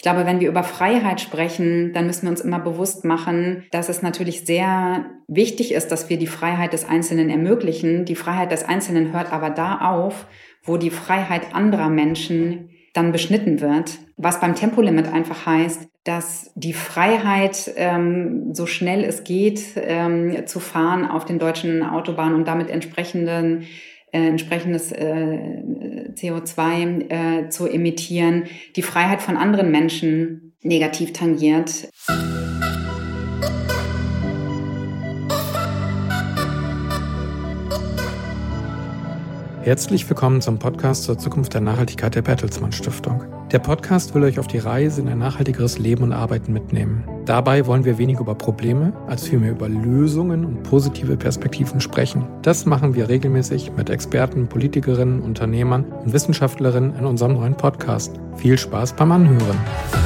glaube, wenn wir über Freiheit sprechen, dann müssen wir uns immer bewusst machen, dass es natürlich sehr wichtig ist, dass wir die Freiheit des Einzelnen ermöglichen. Die Freiheit des Einzelnen hört aber da auf, wo die Freiheit anderer Menschen dann beschnitten wird. Was beim Tempolimit einfach heißt, dass die Freiheit, so schnell es geht, zu fahren auf den deutschen Autobahnen und damit entsprechendes CO2 zu emittieren, die Freiheit von anderen Menschen negativ tangiert. Herzlich willkommen zum Podcast zur Zukunft der Nachhaltigkeit der Bertelsmann Stiftung. Der Podcast will euch auf die Reise in ein nachhaltigeres Leben und Arbeiten mitnehmen. Dabei wollen wir weniger über Probleme, als vielmehr über Lösungen und positive Perspektiven sprechen. Das machen wir regelmäßig mit Experten, Politikerinnen, Unternehmern und Wissenschaftlerinnen in unserem neuen Podcast. Viel Spaß beim Anhören.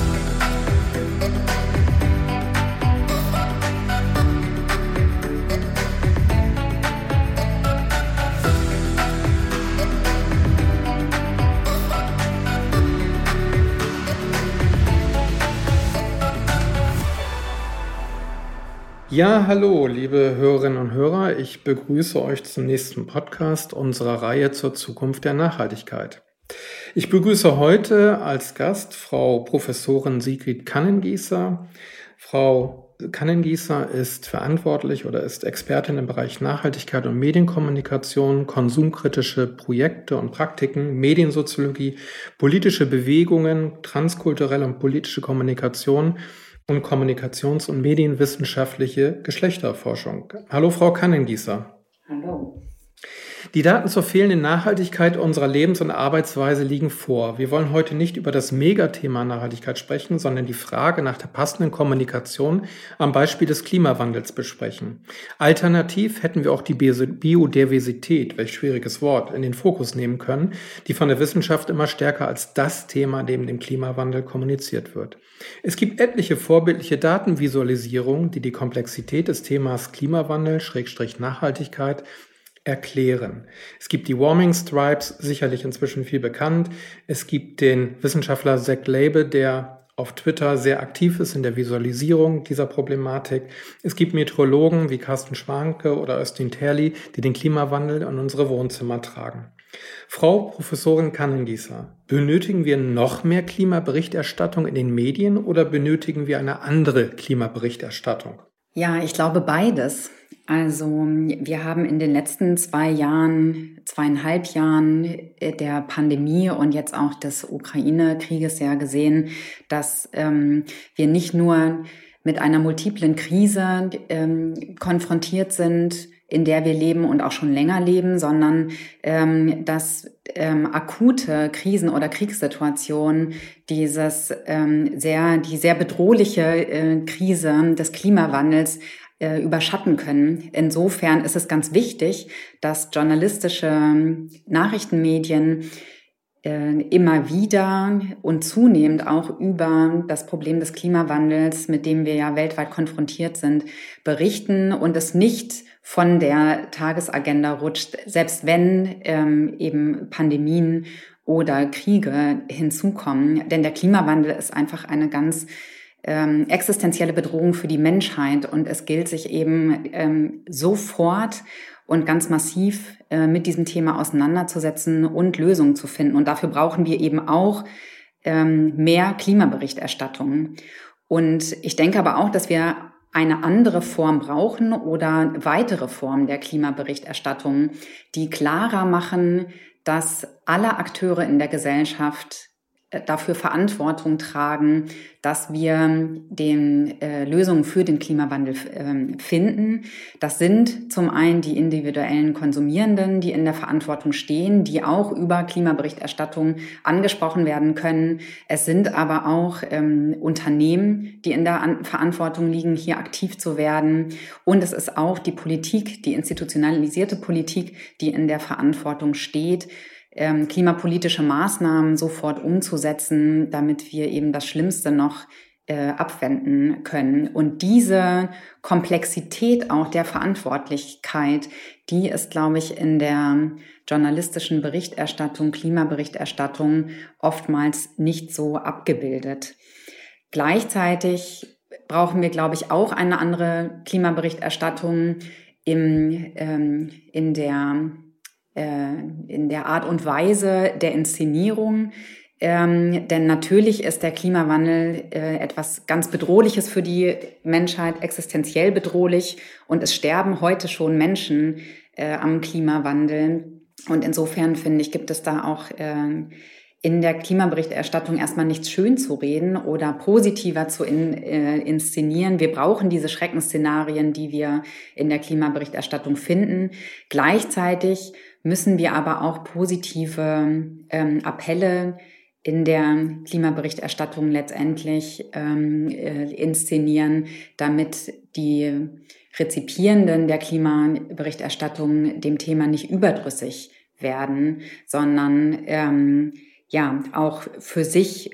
Ja, hallo, liebe Hörerinnen und Hörer. Ich begrüße euch zum nächsten Podcast unserer Reihe zur Zukunft der Nachhaltigkeit. Ich begrüße heute als Gast Frau Professorin Sigrid Kannengießer. Frau Kannengießer ist verantwortlich oder ist Expertin im Bereich Nachhaltigkeit und Medienkommunikation, konsumkritische Projekte und Praktiken, Mediensoziologie, politische Bewegungen, transkulturelle und politische Kommunikation und kommunikations- und medienwissenschaftliche Geschlechterforschung. Hallo, Frau Kannengießer. Hallo. Die Daten zur fehlenden Nachhaltigkeit unserer Lebens- und Arbeitsweise liegen vor. Wir wollen heute nicht über das Megathema Nachhaltigkeit sprechen, sondern die Frage nach der passenden Kommunikation am Beispiel des Klimawandels besprechen. Alternativ hätten wir auch die Biodiversität, welch schwieriges Wort, in den Fokus nehmen können, die von der Wissenschaft immer stärker als das Thema neben dem Klimawandel kommuniziert wird. Es gibt etliche vorbildliche Datenvisualisierungen, die die Komplexität des Themas Klimawandel / Nachhaltigkeit erklären. Es gibt die Warming Stripes, sicherlich inzwischen viel bekannt. Es gibt den Wissenschaftler Zach Labe, der auf Twitter sehr aktiv ist in der Visualisierung dieser Problematik. Es gibt Meteorologen wie Carsten Schwanke oder Östin Terli, die den Klimawandel in unsere Wohnzimmer tragen. Frau Professorin Kannengießer, benötigen wir noch mehr Klimaberichterstattung in den Medien oder benötigen wir eine andere Klimaberichterstattung? Ja, ich glaube beides. Also wir haben in den letzten 2,5 Jahren der Pandemie und jetzt auch des Ukraine-Krieges ja gesehen, dass wir nicht nur mit einer multiplen Krise konfrontiert sind, in der wir leben und auch schon länger leben, sondern dass akute Krisen- oder Kriegssituationen die sehr bedrohliche Krise des Klimawandels überschatten können. Insofern ist es ganz wichtig, dass journalistische Nachrichtenmedien immer wieder und zunehmend auch über das Problem des Klimawandels, mit dem wir ja weltweit konfrontiert sind, berichten und es nicht von der Tagesagenda rutscht, selbst wenn eben Pandemien oder Kriege hinzukommen. Denn der Klimawandel ist einfach eine ganz existenzielle Bedrohung für die Menschheit und es gilt sich eben sofort und ganz massiv mit diesem Thema auseinanderzusetzen und Lösungen zu finden. Und dafür brauchen wir eben auch mehr Klimaberichterstattung. Und ich denke aber auch, dass wir eine andere Form brauchen oder weitere Formen der Klimaberichterstattung, die klarer machen, dass alle Akteure in der Gesellschaft dafür Verantwortung tragen, dass wir Lösungen für den Klimawandel finden. Das sind zum einen die individuellen Konsumierenden, die in der Verantwortung stehen, die auch über Klimaberichterstattung angesprochen werden können. Es sind aber auch Unternehmen, die in der Verantwortung liegen, hier aktiv zu werden. Und es ist auch die Politik, die institutionalisierte Politik, die in der Verantwortung steht, klimapolitische Maßnahmen sofort umzusetzen, damit wir eben das Schlimmste noch abwenden können. Und diese Komplexität auch der Verantwortlichkeit, die ist, glaube ich, in der journalistischen Berichterstattung, Klimaberichterstattung oftmals nicht so abgebildet. Gleichzeitig brauchen wir, glaube ich, auch eine andere Klimaberichterstattung in der Art und Weise der Inszenierung. Denn natürlich ist der Klimawandel etwas ganz Bedrohliches für die Menschheit, existenziell bedrohlich. Und es sterben heute schon Menschen am Klimawandel. Und insofern, finde ich, gibt es da auch in der Klimaberichterstattung erstmal nichts schön zu reden oder positiver zu inszenieren. Wir brauchen diese Schreckensszenarien, die wir in der Klimaberichterstattung finden. Gleichzeitig müssen wir aber auch positive Appelle in der Klimaberichterstattung letztendlich inszenieren, damit die Rezipierenden der Klimaberichterstattung dem Thema nicht überdrüssig werden, sondern auch für sich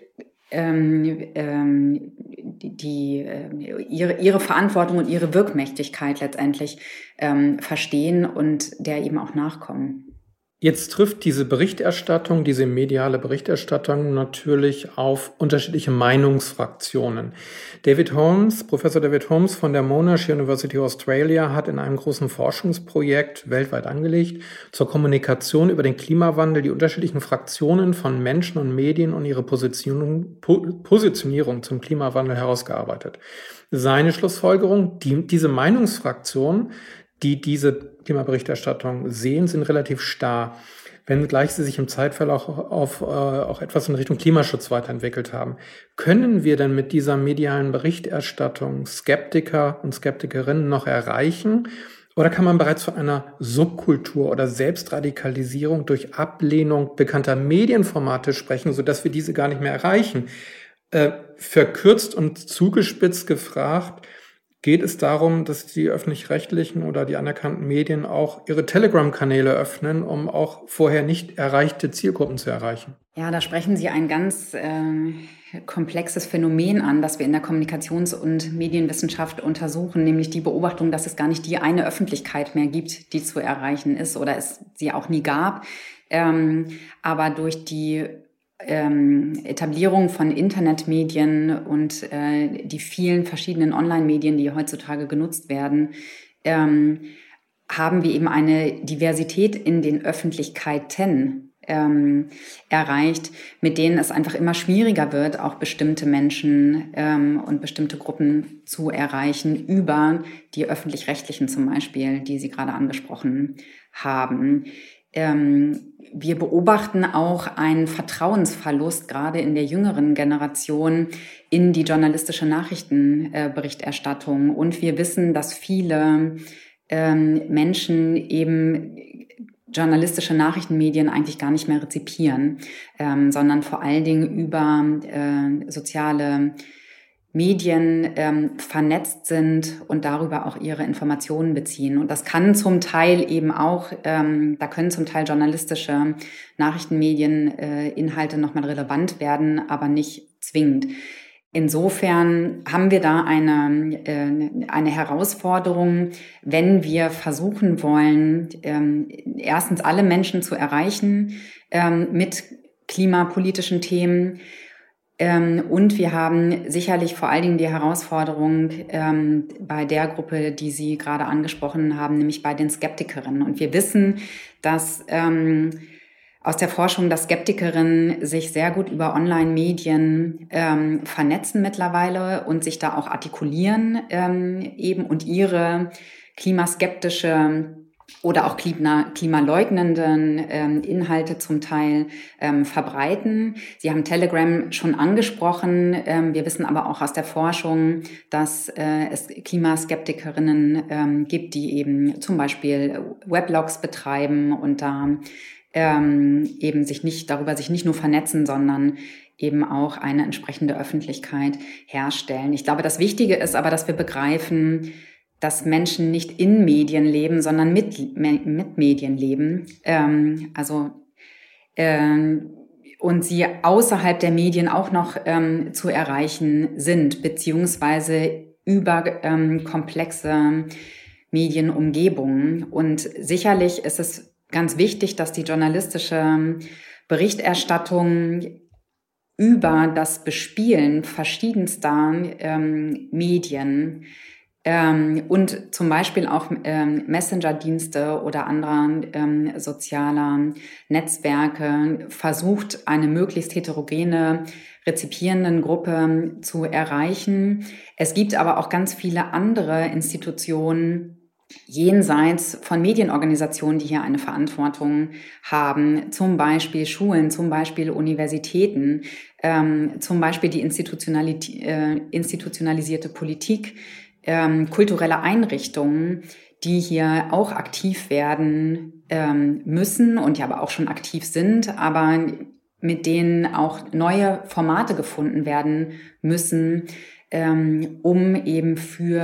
ihre Verantwortung und ihre Wirkmächtigkeit letztendlich verstehen und der eben auch nachkommen. Jetzt trifft diese Berichterstattung, diese mediale Berichterstattung natürlich auf unterschiedliche Meinungsfraktionen. Professor David Holmes von der Monash University Australia hat in einem großen Forschungsprojekt weltweit angelegt zur Kommunikation über den Klimawandel die unterschiedlichen Fraktionen von Menschen und Medien und ihre Positionierung zum Klimawandel herausgearbeitet. Seine Schlussfolgerung, diese Meinungsfraktionen, die diese Klimaberichterstattung sehen, sind relativ starr, wenngleich sie sich im Zeitverlauf auch etwas in Richtung Klimaschutz weiterentwickelt haben. Können wir denn mit dieser medialen Berichterstattung Skeptiker und Skeptikerinnen noch erreichen? Oder kann man bereits von einer Subkultur oder Selbstradikalisierung durch Ablehnung bekannter Medienformate sprechen, sodass wir diese gar nicht mehr erreichen? Verkürzt und zugespitzt gefragt, geht es darum, dass die öffentlich-rechtlichen oder die anerkannten Medien auch ihre Telegram-Kanäle öffnen, um auch vorher nicht erreichte Zielgruppen zu erreichen? Ja, da sprechen Sie ein ganz komplexes Phänomen an, das wir in der Kommunikations- und Medienwissenschaft untersuchen, nämlich die Beobachtung, dass es gar nicht die eine Öffentlichkeit mehr gibt, die zu erreichen ist oder es sie auch nie gab. Aber durch die Etablierung von Internetmedien und die vielen verschiedenen Online-Medien, die heutzutage genutzt werden, haben wir eben eine Diversität in den Öffentlichkeiten erreicht, mit denen es einfach immer schwieriger wird, auch bestimmte Menschen und bestimmte Gruppen zu erreichen über die öffentlich-rechtlichen zum Beispiel, die Sie gerade angesprochen haben. Wir beobachten auch einen Vertrauensverlust, gerade in der jüngeren Generation, in die journalistische Nachrichtenberichterstattung. Und wir wissen, dass viele Menschen eben journalistische Nachrichtenmedien eigentlich gar nicht mehr rezipieren, sondern vor allen Dingen über soziale Medien vernetzt sind und darüber auch ihre Informationen beziehen. Und das kann zum Teil eben auch, da können zum Teil journalistische Nachrichtenmedien Inhalte nochmal relevant werden, aber nicht zwingend. Insofern haben wir da eine Herausforderung, wenn wir versuchen wollen, erstens alle Menschen zu erreichen mit klimapolitischen Themen. Und wir haben sicherlich vor allen Dingen die Herausforderung bei der Gruppe, die Sie gerade angesprochen haben, nämlich bei den Skeptikerinnen. Und wir wissen, dass aus der Forschung, dass Skeptikerinnen sich sehr gut über Online-Medien vernetzen mittlerweile und sich da auch artikulieren eben und ihre klimaskeptische oder auch klimaleugnenden Inhalte zum Teil verbreiten. Sie haben Telegram schon angesprochen. Wir wissen aber auch aus der Forschung, dass es Klimaskeptikerinnen gibt, die eben zum Beispiel Weblogs betreiben und da eben sich nicht nur vernetzen, sondern eben auch eine entsprechende Öffentlichkeit herstellen. Ich glaube, das Wichtige ist aber, dass wir begreifen, dass Menschen nicht in Medien leben, sondern mit Medien leben. und sie außerhalb der Medien auch noch zu erreichen sind, beziehungsweise über komplexe Medienumgebungen. Und sicherlich ist es ganz wichtig, dass die journalistische Berichterstattung über das Bespielen verschiedenster Medien und zum Beispiel auch Messenger-Dienste oder anderer sozialer Netzwerke versucht, eine möglichst heterogene rezipierenden Gruppe zu erreichen. Es gibt aber auch ganz viele andere Institutionen jenseits von Medienorganisationen, die hier eine Verantwortung haben, zum Beispiel Schulen, zum Beispiel Universitäten, zum Beispiel die institutionalisierte Politik, kulturelle Einrichtungen, die hier auch aktiv werden müssen und ja aber auch schon aktiv sind, aber mit denen auch neue Formate gefunden werden müssen, um eben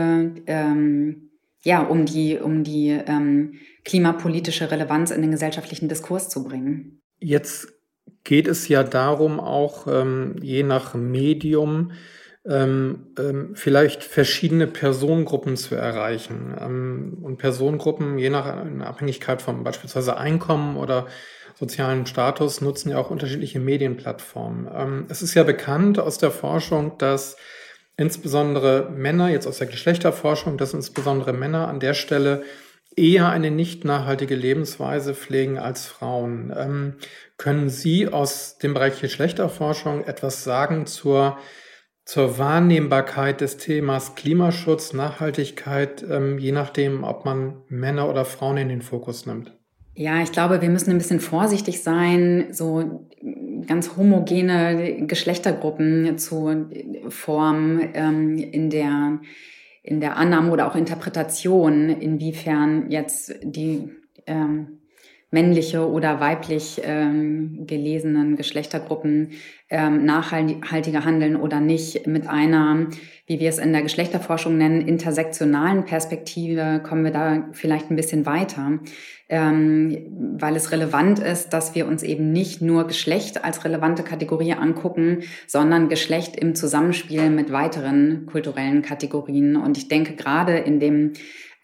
um die klimapolitische Relevanz in den gesellschaftlichen Diskurs zu bringen. Jetzt geht es ja darum, auch je nach Medium vielleicht verschiedene Personengruppen zu erreichen. Und Personengruppen, je nach Abhängigkeit von beispielsweise Einkommen oder sozialen Status, nutzen ja auch unterschiedliche Medienplattformen. Es ist ja bekannt aus der Forschung, dass insbesondere Männer, jetzt aus der Geschlechterforschung, dass insbesondere Männer an der Stelle eher eine nicht nachhaltige Lebensweise pflegen als Frauen. Können Sie aus dem Bereich Geschlechterforschung etwas sagen zur Wahrnehmbarkeit des Themas Klimaschutz, Nachhaltigkeit, je nachdem, ob man Männer oder Frauen in den Fokus nimmt? Ja, ich glaube, wir müssen ein bisschen vorsichtig sein, so ganz homogene Geschlechtergruppen zu formen in der Annahme oder auch Interpretation, inwiefern jetzt die männliche oder weiblich gelesenen Geschlechtergruppen nachhaltiger handeln oder nicht. Mit einer, wie wir es in der Geschlechterforschung nennen, intersektionalen Perspektive kommen wir da vielleicht ein bisschen weiter, weil es relevant ist, dass wir uns eben nicht nur Geschlecht als relevante Kategorie angucken, sondern Geschlecht im Zusammenspiel mit weiteren kulturellen Kategorien. Und ich denke, gerade in dem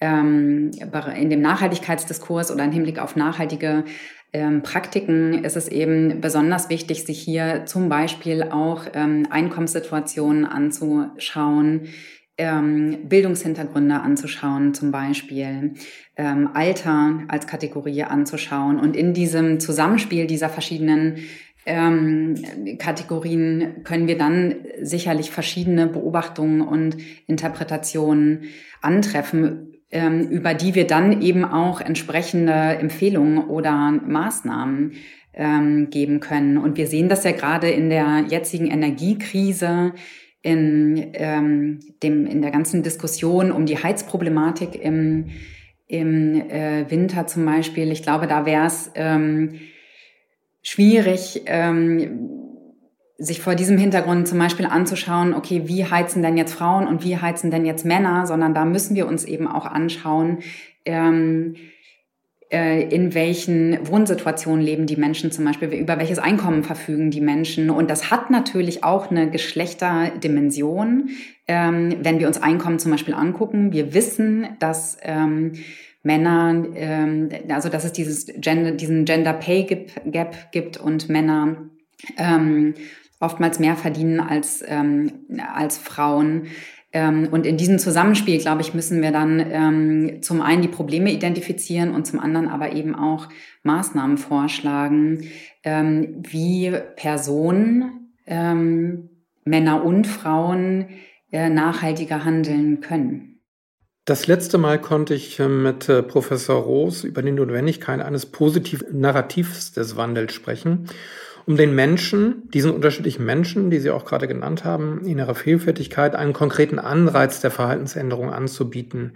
Nachhaltigkeitsdiskurs oder im Hinblick auf nachhaltige Praktiken ist es eben besonders wichtig, sich hier zum Beispiel auch Einkommenssituationen anzuschauen, Bildungshintergründe anzuschauen, zum Beispiel Alter als Kategorie anzuschauen. Und in diesem Zusammenspiel dieser verschiedenen Kategorien können wir dann sicherlich verschiedene Beobachtungen und Interpretationen antreffen, über die wir dann eben auch entsprechende Empfehlungen oder Maßnahmen geben können. Und wir sehen das ja gerade in der jetzigen Energiekrise, in der ganzen Diskussion um die Heizproblematik im Winter zum Beispiel. Ich glaube, da wäre es schwierig, sich vor diesem Hintergrund zum Beispiel anzuschauen, okay, wie heizen denn jetzt Frauen und wie heizen denn jetzt Männer, sondern da müssen wir uns eben auch anschauen, in welchen Wohnsituationen leben die Menschen zum Beispiel, über welches Einkommen verfügen die Menschen. Und das hat natürlich auch eine Geschlechterdimension, wenn wir uns Einkommen zum Beispiel angucken. Wir wissen, dass Männer, also dass es diesen Gender Pay Gap gibt und Männer oftmals mehr verdienen als Frauen. Und in diesem Zusammenspiel, glaube ich, müssen wir dann zum einen die Probleme identifizieren und zum anderen aber eben auch Maßnahmen vorschlagen, wie Personen, Männer und Frauen nachhaltiger handeln können. Das letzte Mal konnte ich mit Professor Roos über die Notwendigkeit eines positiven Narrativs des Wandels sprechen, um den Menschen, diesen unterschiedlichen Menschen, die Sie auch gerade genannt haben, in ihrer Vielfältigkeit einen konkreten Anreiz der Verhaltensänderung anzubieten.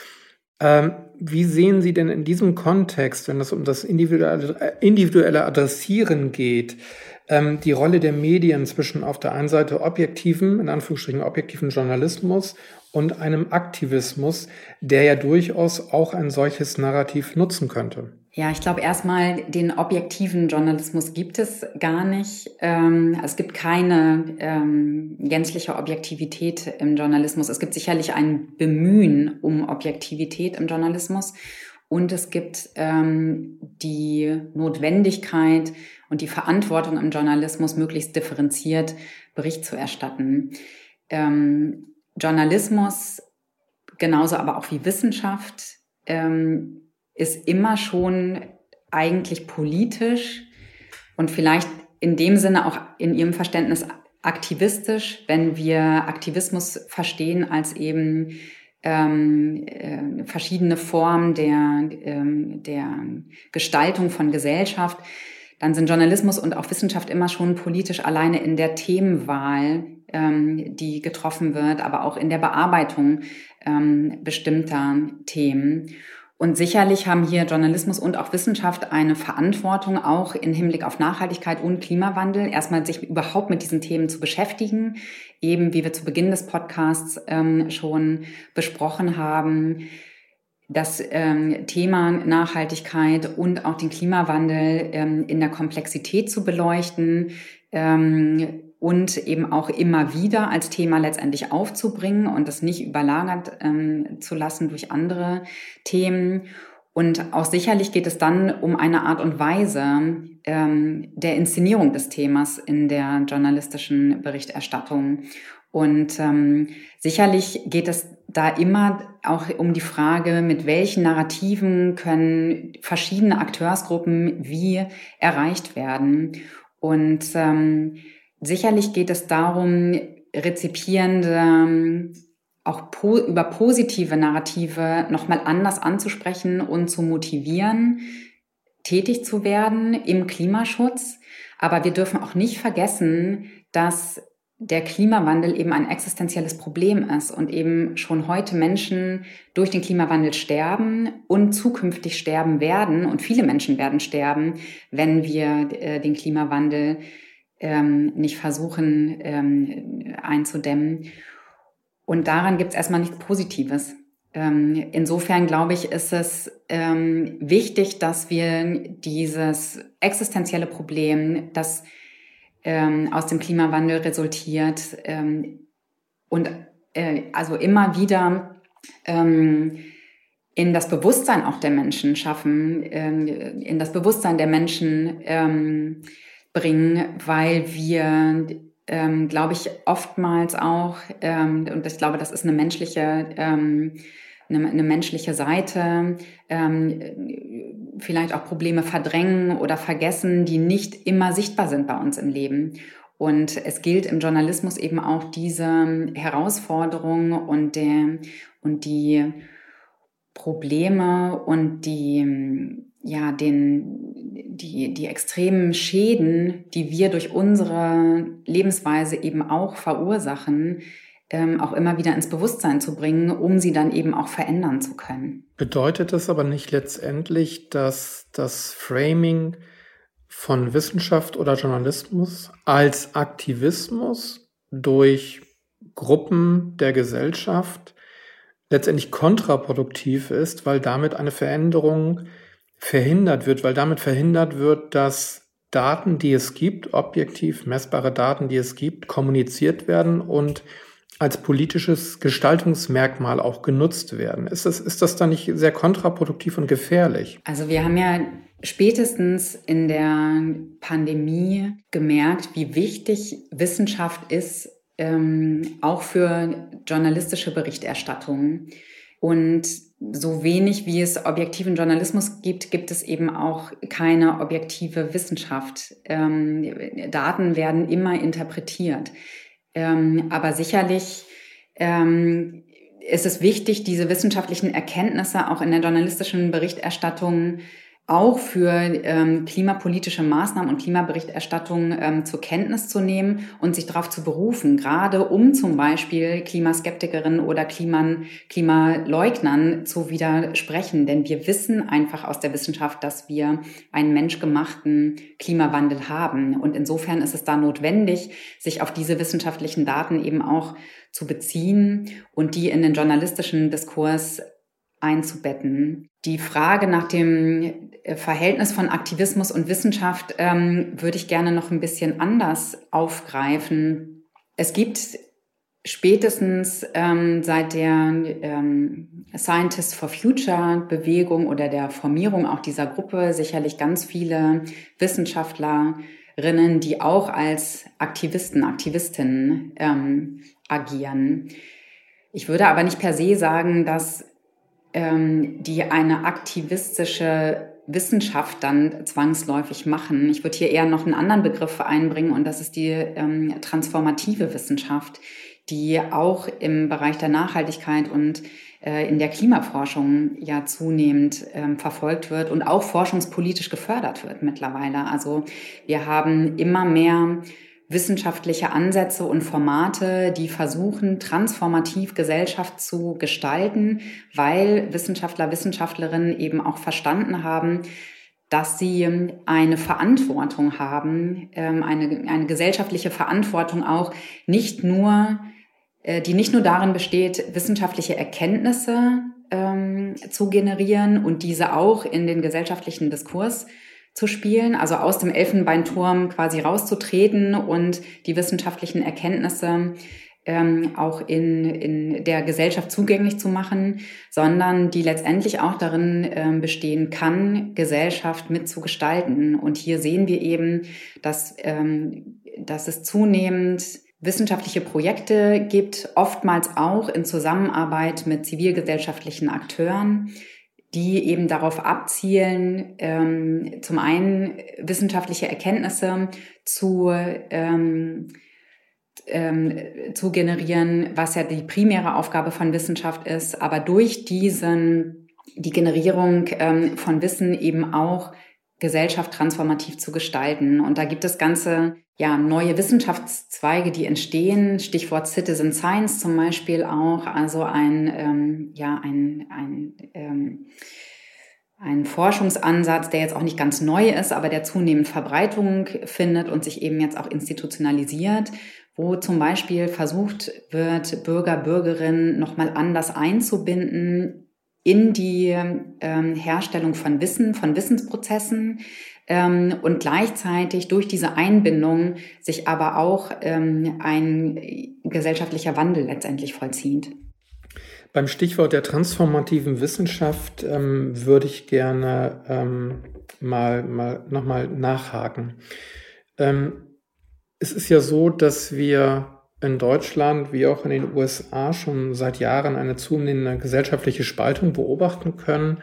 Wie sehen Sie denn in diesem Kontext, wenn es um das individuelle Adressieren geht, die Rolle der Medien zwischen auf der einen Seite objektiven, in Anführungsstrichen objektiven Journalismus und einem Aktivismus, der ja durchaus auch ein solches Narrativ nutzen könnte? Ja, ich glaube erstmal, den objektiven Journalismus gibt es gar nicht. Es gibt keine gänzliche Objektivität im Journalismus. Es gibt sicherlich ein Bemühen um Objektivität im Journalismus und es gibt die Notwendigkeit und die Verantwortung im Journalismus, möglichst differenziert Bericht zu erstatten. Journalismus, genauso aber auch wie Wissenschaft, ist immer schon eigentlich politisch und vielleicht in dem Sinne auch in ihrem Verständnis aktivistisch, wenn wir Aktivismus verstehen als eben verschiedene Formen der Gestaltung von Gesellschaft, dann sind Journalismus und auch Wissenschaft immer schon politisch alleine in der Themenwahl, die getroffen wird, aber auch in der Bearbeitung bestimmter Themen. Und sicherlich haben hier Journalismus und auch Wissenschaft eine Verantwortung, auch im Hinblick auf Nachhaltigkeit und Klimawandel, erstmal sich überhaupt mit diesen Themen zu beschäftigen, eben wie wir zu Beginn des Podcasts schon besprochen haben, das Thema Nachhaltigkeit und auch den Klimawandel in der Komplexität zu beleuchten und eben auch immer wieder als Thema letztendlich aufzubringen und das nicht überlagert zu lassen durch andere Themen. Und auch sicherlich geht es dann um eine Art und Weise der Inszenierung des Themas in der journalistischen Berichterstattung. Und sicherlich geht es da immer auch um die Frage, mit welchen Narrativen können verschiedene Akteursgruppen wie erreicht werden. Und sicherlich geht es darum, Rezipierende auch über positive Narrative nochmal anders anzusprechen und zu motivieren, tätig zu werden im Klimaschutz. Aber wir dürfen auch nicht vergessen, dass der Klimawandel eben ein existenzielles Problem ist und eben schon heute Menschen durch den Klimawandel sterben und zukünftig sterben werden. Und viele Menschen werden sterben, wenn wir den Klimawandel nicht versuchen einzudämmen. Und daran gibt es erstmal nichts Positives. Insofern glaube ich, ist es wichtig, dass wir dieses existenzielle Problem, das aus dem Klimawandel resultiert und also immer wieder in das Bewusstsein auch der Menschen schaffen, in das Bewusstsein der Menschen bringen, weil wir, glaube ich, oftmals auch, und ich glaube, das ist eine menschliche Seite, vielleicht auch Probleme verdrängen oder vergessen, die nicht immer sichtbar sind bei uns im Leben. Und es gilt im Journalismus eben auch diese Herausforderungen und die Probleme und die extremen Schäden, die wir durch unsere Lebensweise eben auch verursachen, auch immer wieder ins Bewusstsein zu bringen, um sie dann eben auch verändern zu können. Bedeutet das aber nicht letztendlich, dass das Framing von Wissenschaft oder Journalismus als Aktivismus durch Gruppen der Gesellschaft letztendlich kontraproduktiv ist, weil damit eine Veränderung verhindert wird, dass Daten, die es gibt, objektiv messbare Daten, die es gibt, kommuniziert werden und als politisches Gestaltungsmerkmal auch genutzt werden. Ist das dann nicht sehr kontraproduktiv und gefährlich? Also wir haben ja spätestens in der Pandemie gemerkt, wie wichtig Wissenschaft ist, auch für journalistische Berichterstattung. Und so wenig wie es objektiven Journalismus gibt, gibt es eben auch keine objektive Wissenschaft. Daten werden immer interpretiert. Aber sicherlich ist es wichtig, diese wissenschaftlichen Erkenntnisse auch in der journalistischen Berichterstattung auch für klimapolitische Maßnahmen und Klimaberichterstattung zur Kenntnis zu nehmen und sich darauf zu berufen, gerade um zum Beispiel Klimaskeptikerinnen oder Klimaleugnern zu widersprechen. Denn wir wissen einfach aus der Wissenschaft, dass wir einen menschgemachten Klimawandel haben. Und insofern ist es da notwendig, sich auf diese wissenschaftlichen Daten eben auch zu beziehen und die in den journalistischen Diskurs einzubetten. Die Frage nach dem Verhältnis von Aktivismus und Wissenschaft würde ich gerne noch ein bisschen anders aufgreifen. Es gibt spätestens seit der Scientists for Future Bewegung oder der Formierung auch dieser Gruppe sicherlich ganz viele Wissenschaftlerinnen, die auch als Aktivisten, Aktivistinnen agieren. Ich würde aber nicht per se sagen, dass die eine aktivistische Wissenschaft dann zwangsläufig machen. Ich würde hier eher noch einen anderen Begriff einbringen, und das ist die transformative Wissenschaft, die auch im Bereich der Nachhaltigkeit und in der Klimaforschung ja zunehmend verfolgt wird und auch forschungspolitisch gefördert wird mittlerweile. Also wir haben immer mehr wissenschaftliche Ansätze und Formate, die versuchen, transformativ Gesellschaft zu gestalten, weil Wissenschaftler, Wissenschaftlerinnen eben auch verstanden haben, dass sie eine Verantwortung haben, eine gesellschaftliche Verantwortung auch, die nicht nur darin besteht, wissenschaftliche Erkenntnisse zu generieren und diese auch in den gesellschaftlichen Diskurs zu spielen, also aus dem Elfenbeinturm quasi rauszutreten und die wissenschaftlichen Erkenntnisse auch in der Gesellschaft zugänglich zu machen, sondern die letztendlich auch darin bestehen kann, Gesellschaft mitzugestalten. Und hier sehen wir eben, dass es zunehmend wissenschaftliche Projekte gibt, oftmals auch in Zusammenarbeit mit zivilgesellschaftlichen Akteuren, die eben darauf abzielen, zum einen wissenschaftliche Erkenntnisse zu generieren, was ja die primäre Aufgabe von Wissenschaft ist, aber durch die Generierung von Wissen eben auch Gesellschaft transformativ zu gestalten. Und da gibt es ganze neue Wissenschaftszweige, die entstehen. Stichwort Citizen Science zum Beispiel auch, also ein Forschungsansatz, der jetzt auch nicht ganz neu ist, aber der zunehmend Verbreitung findet und sich eben jetzt auch institutionalisiert, wo zum Beispiel versucht wird, Bürger, Bürgerinnen nochmal anders einzubinden in die Herstellung von Wissen, von Wissensprozessen, und gleichzeitig durch diese Einbindung sich aber auch ein gesellschaftlicher Wandel letztendlich vollzieht. Beim Stichwort der transformativen Wissenschaft würde ich gerne nochmal nachhaken. Es ist ja so, dass wir in Deutschland wie auch in den USA schon seit Jahren eine zunehmende gesellschaftliche Spaltung beobachten können,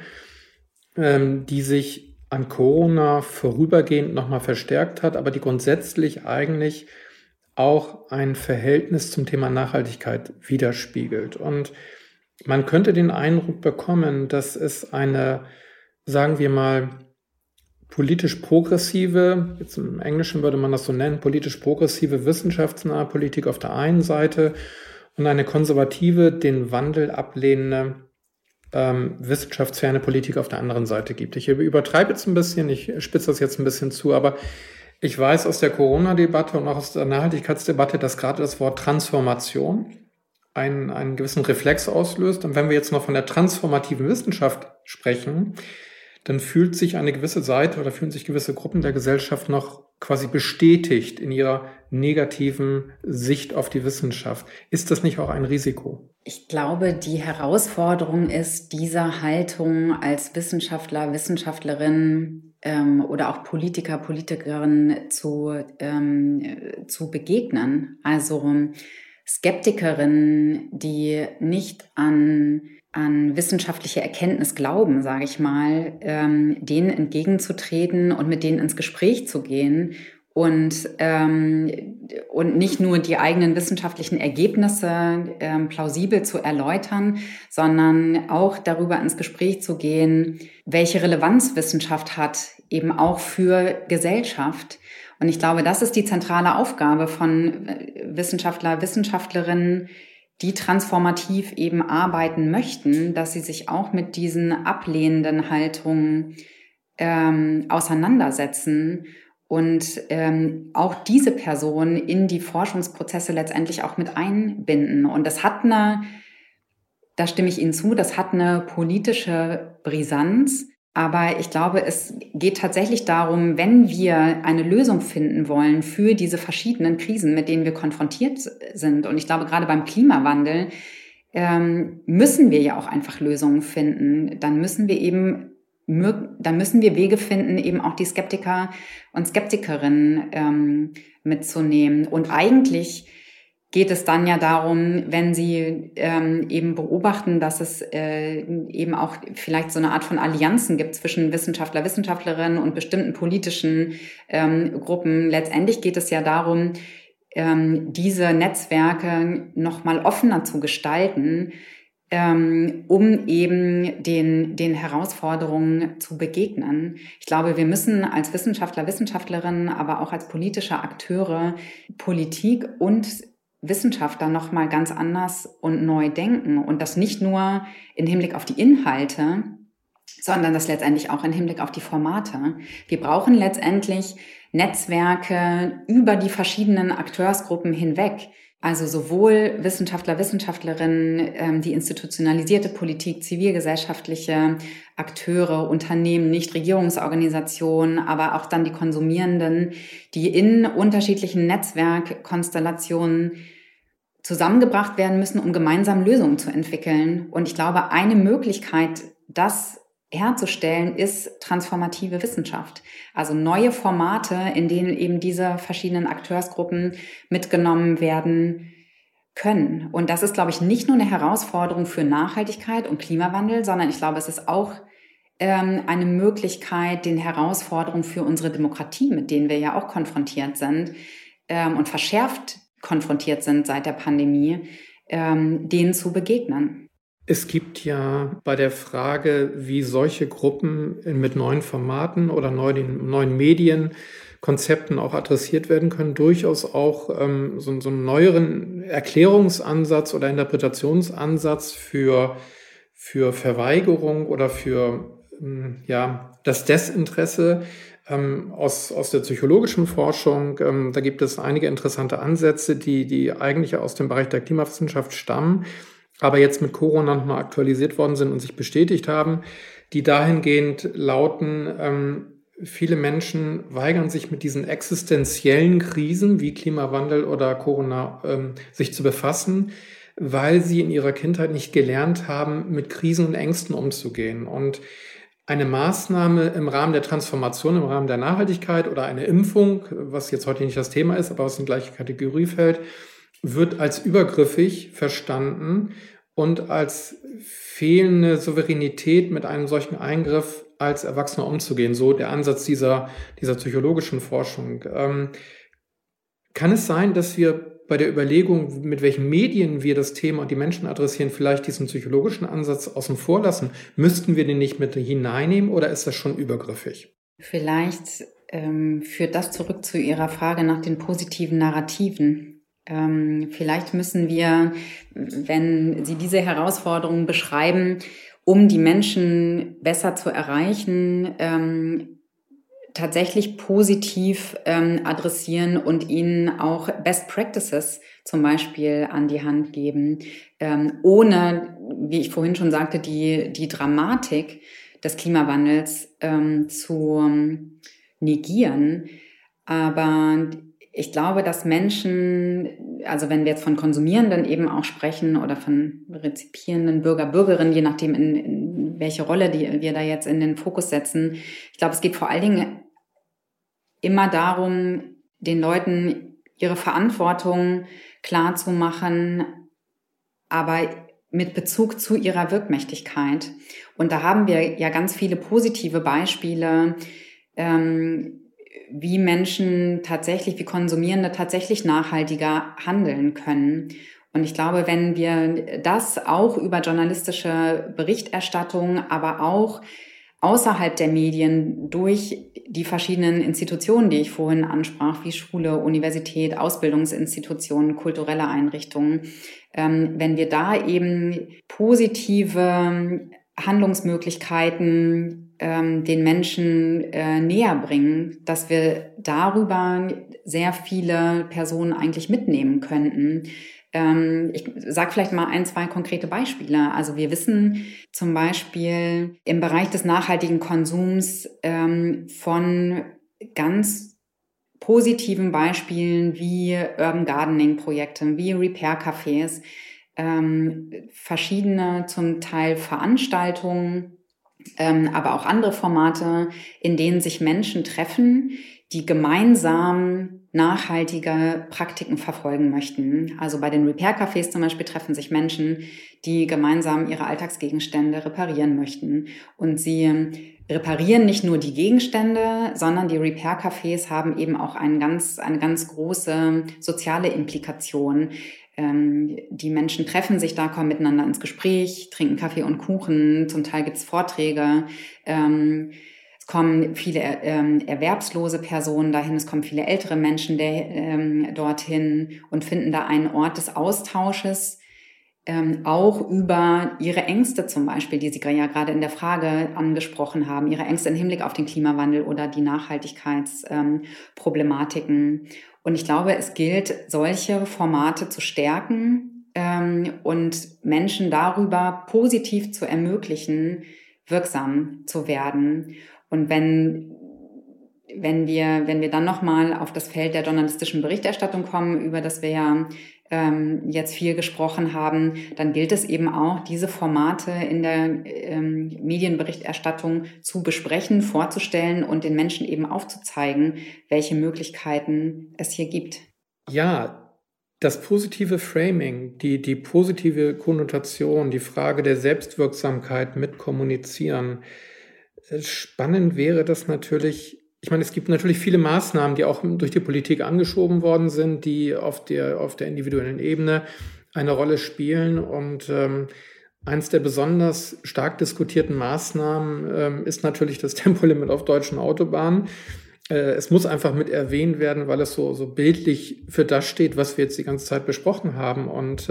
die sich an Corona vorübergehend nochmal verstärkt hat, aber die grundsätzlich eigentlich auch ein Verhältnis zum Thema Nachhaltigkeit widerspiegelt. Und man könnte den Eindruck bekommen, dass es eine, sagen wir mal, politisch progressive, jetzt im Englischen würde man das so nennen, politisch progressive wissenschaftsnahe Politik auf der einen Seite und eine konservative, den Wandel ablehnende wissenschaftsferne Politik auf der anderen Seite gibt. Ich übertreibe jetzt ein bisschen, ich spitze das jetzt ein bisschen zu, aber ich weiß aus der Corona-Debatte und auch aus der Nachhaltigkeitsdebatte, dass gerade das Wort Transformation einen gewissen Reflex auslöst. Und wenn wir jetzt noch von der transformativen Wissenschaft sprechen, dann fühlt sich eine gewisse Seite oder fühlen sich gewisse Gruppen der Gesellschaft noch quasi bestätigt in ihrer negativen Sicht auf die Wissenschaft. Ist das nicht auch ein Risiko? Ich glaube, die Herausforderung ist, dieser Haltung als Wissenschaftler, Wissenschaftlerin oder auch Politiker, Politikerin zu begegnen. Also Skeptikerinnen, die nicht an wissenschaftliche Erkenntnis glauben, sage ich mal, denen entgegenzutreten und mit denen ins Gespräch zu gehen und nicht nur die eigenen wissenschaftlichen Ergebnisse plausibel zu erläutern, sondern auch darüber ins Gespräch zu gehen, welche Relevanz Wissenschaft hat, eben auch für Gesellschaft. Und ich glaube, das ist die zentrale Aufgabe von Wissenschaftler, Wissenschaftlerinnen, die transformativ eben arbeiten möchten, dass sie sich auch mit diesen ablehnenden Haltungen auseinandersetzen und auch diese Personen in die Forschungsprozesse letztendlich auch mit einbinden. Und das hat eine Da stimme ich Ihnen zu, das hat eine politische Brisanz. Aber ich glaube, es geht tatsächlich darum, wenn wir eine Lösung finden wollen für diese verschiedenen Krisen, mit denen wir konfrontiert sind. Und ich glaube, gerade beim Klimawandel müssen wir ja auch einfach Lösungen finden. Dann müssen wir Wege finden, eben auch die Skeptiker und Skeptikerinnen mitzunehmen. Und eigentlich geht es dann ja darum, wenn Sie eben beobachten, dass es eben auch vielleicht so eine Art von Allianzen gibt zwischen Wissenschaftler, Wissenschaftlerinnen und bestimmten politischen Gruppen. Letztendlich geht es ja darum, diese Netzwerke noch mal offener zu gestalten, um eben den Herausforderungen zu begegnen. Ich glaube, wir müssen als Wissenschaftler, Wissenschaftlerinnen, aber auch als politische Akteure Politik und Wissenschaftler noch mal ganz anders und neu denken und das nicht nur im Hinblick auf die Inhalte, sondern das letztendlich auch im Hinblick auf die Formate. Wir brauchen letztendlich Netzwerke über die verschiedenen Akteursgruppen hinweg. Also sowohl Wissenschaftler, Wissenschaftlerinnen, die institutionalisierte Politik, zivilgesellschaftliche Akteure, Unternehmen, Nichtregierungsorganisationen, aber auch dann die Konsumierenden, die in unterschiedlichen Netzwerkkonstellationen zusammengebracht werden müssen, um gemeinsam Lösungen zu entwickeln. Und ich glaube, eine Möglichkeit, das herzustellen, ist transformative Wissenschaft. Also neue Formate, in denen eben diese verschiedenen Akteursgruppen mitgenommen werden können. Und das ist, glaube ich, nicht nur eine Herausforderung für Nachhaltigkeit und Klimawandel, sondern ich glaube, es ist auch eine Möglichkeit, den Herausforderungen für unsere Demokratie, mit denen wir ja auch konfrontiert sind und verschärft konfrontiert sind seit der Pandemie, denen zu begegnen. Es gibt ja bei der Frage, wie solche Gruppen mit neuen Formaten oder neuen Medienkonzepten auch adressiert werden können, durchaus auch so einen neueren Erklärungsansatz oder Interpretationsansatz für Verweigerung oder für das Desinteresse. Aus der psychologischen Forschung, da gibt es einige interessante Ansätze, die eigentlich aus dem Bereich der Klimawissenschaft stammen, aber jetzt mit Corona nochmal aktualisiert worden sind und sich bestätigt haben, die dahingehend lauten, viele Menschen weigern sich mit diesen existenziellen Krisen wie Klimawandel oder Corona sich zu befassen, weil sie in ihrer Kindheit nicht gelernt haben, mit Krisen und Ängsten umzugehen. Und eine Maßnahme im Rahmen der Transformation, im Rahmen der Nachhaltigkeit oder eine Impfung, was jetzt heute nicht das Thema ist, aber was in die gleiche Kategorie fällt, wird als übergriffig verstanden und als fehlende Souveränität mit einem solchen Eingriff als Erwachsener umzugehen. So der Ansatz dieser psychologischen Forschung. Kann es sein, dass wir bei der Überlegung, mit welchen Medien wir das Thema und die Menschen adressieren, vielleicht diesen psychologischen Ansatz außen vor lassen? Müssten wir den nicht mit hineinnehmen oder ist das schon übergriffig? Vielleicht führt das zurück zu Ihrer Frage nach den positiven Narrativen. Vielleicht müssen wir, wenn Sie diese Herausforderungen beschreiben, um die Menschen besser zu erreichen, tatsächlich positiv adressieren und ihnen auch Best Practices zum Beispiel an die Hand geben, ohne, wie ich vorhin schon sagte, die Dramatik des Klimawandels zu negieren. Aber ich glaube, dass Menschen, also wenn wir jetzt von Konsumierenden eben auch sprechen oder von rezipierenden Bürger, Bürgerinnen, je nachdem in welche Rolle wir da jetzt in den Fokus setzen, ich glaube, es geht vor allen Dingen immer darum, den Leuten ihre Verantwortung klar zu machen, aber mit Bezug zu ihrer Wirkmächtigkeit. Und da haben wir ja ganz viele positive Beispiele, wie Menschen tatsächlich, wie Konsumierende tatsächlich nachhaltiger handeln können. Und ich glaube, wenn wir das auch über journalistische Berichterstattung, aber auch außerhalb der Medien durch die verschiedenen Institutionen, die ich vorhin ansprach, wie Schule, Universität, Ausbildungsinstitutionen, kulturelle Einrichtungen, wenn wir da eben positive Handlungsmöglichkeiten den Menschen näher bringen, dass wir darüber sehr viele Personen eigentlich mitnehmen könnten, Ich sage vielleicht mal 1, 2 konkrete Beispiele. Also wir wissen zum Beispiel im Bereich des nachhaltigen Konsums von ganz positiven Beispielen wie Urban Gardening Projekte, wie Repair Cafés, verschiedene zum Teil Veranstaltungen, aber auch andere Formate, in denen sich Menschen treffen, die gemeinsam nachhaltige Praktiken verfolgen möchten. Also bei den Repair-Cafés zum Beispiel treffen sich Menschen, die gemeinsam ihre Alltagsgegenstände reparieren möchten. Und sie reparieren nicht nur die Gegenstände, sondern die Repair-Cafés haben eben auch eine ganz große soziale Implikation. Die Menschen treffen sich da, kommen miteinander ins Gespräch, trinken Kaffee und Kuchen, zum Teil gibt's Vorträge. Es kommen viele erwerbslose Personen dahin, es kommen viele ältere Menschen dorthin und finden da einen Ort des Austausches, auch über ihre Ängste zum Beispiel, die Sie ja gerade in der Frage angesprochen haben, ihre Ängste im Hinblick auf den Klimawandel oder die Nachhaltigkeitsproblematiken. Und ich glaube, es gilt, solche Formate zu stärken und Menschen darüber positiv zu ermöglichen, wirksam zu werden. Und wenn wir dann nochmal auf das Feld der journalistischen Berichterstattung kommen, über das wir ja jetzt viel gesprochen haben, dann gilt es eben auch, diese Formate in der Medienberichterstattung zu besprechen, vorzustellen und den Menschen eben aufzuzeigen, welche Möglichkeiten es hier gibt. Ja, das positive Framing, die positive Konnotation, die Frage der Selbstwirksamkeit mit Kommunizieren. Spannend wäre das natürlich. Ich meine, es gibt natürlich viele Maßnahmen, die auch durch die Politik angeschoben worden sind, die auf der individuellen Ebene eine Rolle spielen. Und eins der besonders stark diskutierten Maßnahmen ist natürlich das Tempolimit auf deutschen Autobahnen. Es muss einfach mit erwähnt werden, weil es so bildlich für das steht, was wir jetzt die ganze Zeit besprochen haben. Und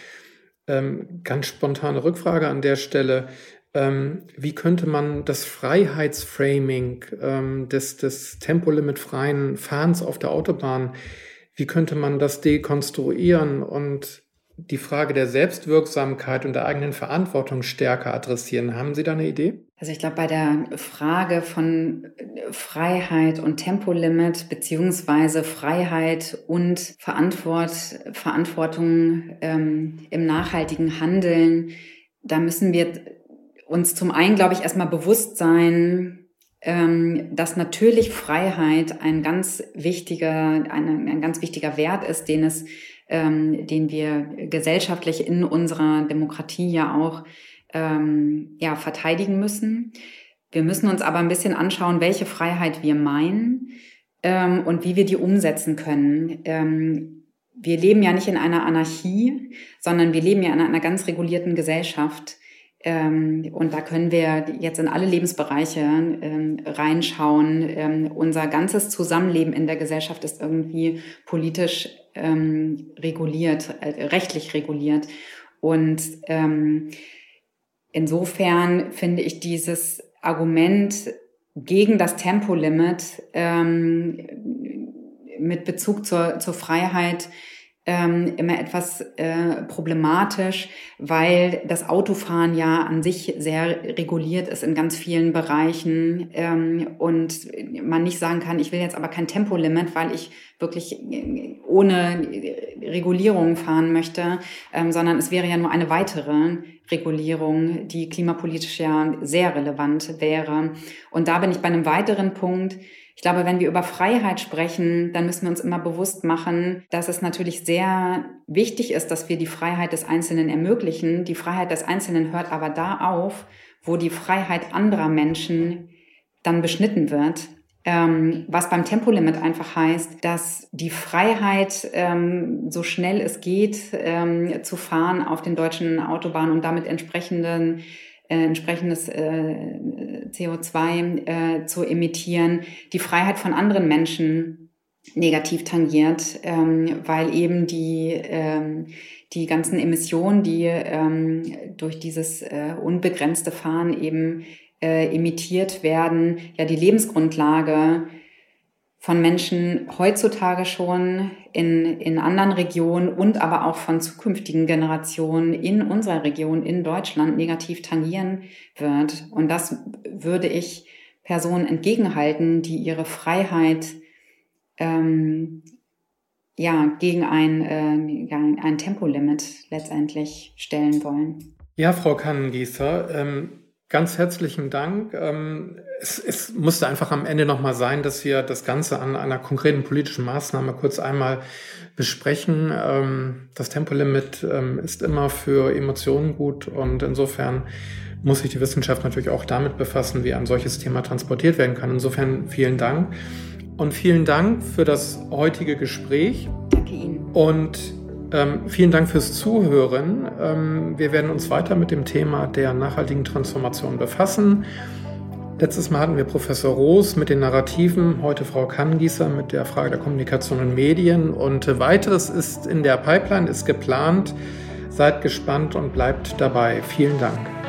ganz spontane Rückfrage an der Stelle. Wie könnte man das Freiheitsframing des tempolimitfreien Fahrens auf der Autobahn, wie könnte man das dekonstruieren und die Frage der Selbstwirksamkeit und der eigenen Verantwortung stärker adressieren? Haben Sie da eine Idee? Also ich glaube, bei der Frage von Freiheit und Tempolimit beziehungsweise Freiheit und Verantwortung im nachhaltigen Handeln, da müssen wir uns zum einen, glaube ich, erstmal bewusst sein, dass natürlich Freiheit ein ganz wichtiger Wert ist, den wir gesellschaftlich in unserer Demokratie ja auch verteidigen müssen. Wir müssen uns aber ein bisschen anschauen, welche Freiheit wir meinen und wie wir die umsetzen können. Wir leben ja nicht in einer Anarchie, sondern wir leben ja in einer ganz regulierten Gesellschaft. Und da können wir jetzt in alle Lebensbereiche reinschauen. Unser ganzes Zusammenleben in der Gesellschaft ist irgendwie politisch reguliert, rechtlich reguliert. Und insofern finde ich dieses Argument gegen das Tempolimit mit Bezug zur Freiheit immer etwas problematisch, weil das Autofahren ja an sich sehr reguliert ist in ganz vielen Bereichen und man nicht sagen kann, ich will jetzt aber kein Tempolimit, weil ich wirklich ohne Regulierung fahren möchte, sondern es wäre ja nur eine weitere Regulierung, die klimapolitisch ja sehr relevant wäre. Und da bin ich bei einem weiteren Punkt. Ich glaube, wenn wir über Freiheit sprechen, dann müssen wir uns immer bewusst machen, dass es natürlich sehr wichtig ist, dass wir die Freiheit des Einzelnen ermöglichen. Die Freiheit des Einzelnen hört aber da auf, wo die Freiheit anderer Menschen dann beschnitten wird. Was beim Tempolimit einfach heißt, dass die Freiheit, so schnell es geht, zu fahren auf den deutschen Autobahnen und damit entsprechendes CO2 zu emittieren, die Freiheit von anderen Menschen negativ tangiert, weil eben die ganzen Emissionen, die durch dieses unbegrenzte Fahren eben emittiert werden, ja die Lebensgrundlage von Menschen heutzutage schon in anderen Regionen und aber auch von zukünftigen Generationen in unserer Region, in Deutschland, negativ tangieren wird. Und das würde ich Personen entgegenhalten, die ihre Freiheit gegen ein Tempolimit letztendlich stellen wollen. Ja, Frau Kannengießer, ganz herzlichen Dank. Es musste einfach am Ende nochmal sein, dass wir das Ganze an einer konkreten politischen Maßnahme kurz einmal besprechen. Das Tempolimit ist immer für Emotionen gut und insofern muss sich die Wissenschaft natürlich auch damit befassen, wie ein solches Thema transportiert werden kann. Insofern vielen Dank und vielen Dank für das heutige Gespräch. Danke Ihnen. Und vielen Dank fürs Zuhören. Wir werden uns weiter mit dem Thema der nachhaltigen Transformation befassen. Letztes Mal hatten wir Professor Roos mit den Narrativen, heute Frau Kannengießer mit der Frage der Kommunikation und Medien. Und weiteres ist in der Pipeline, ist geplant. Seid gespannt und bleibt dabei. Vielen Dank.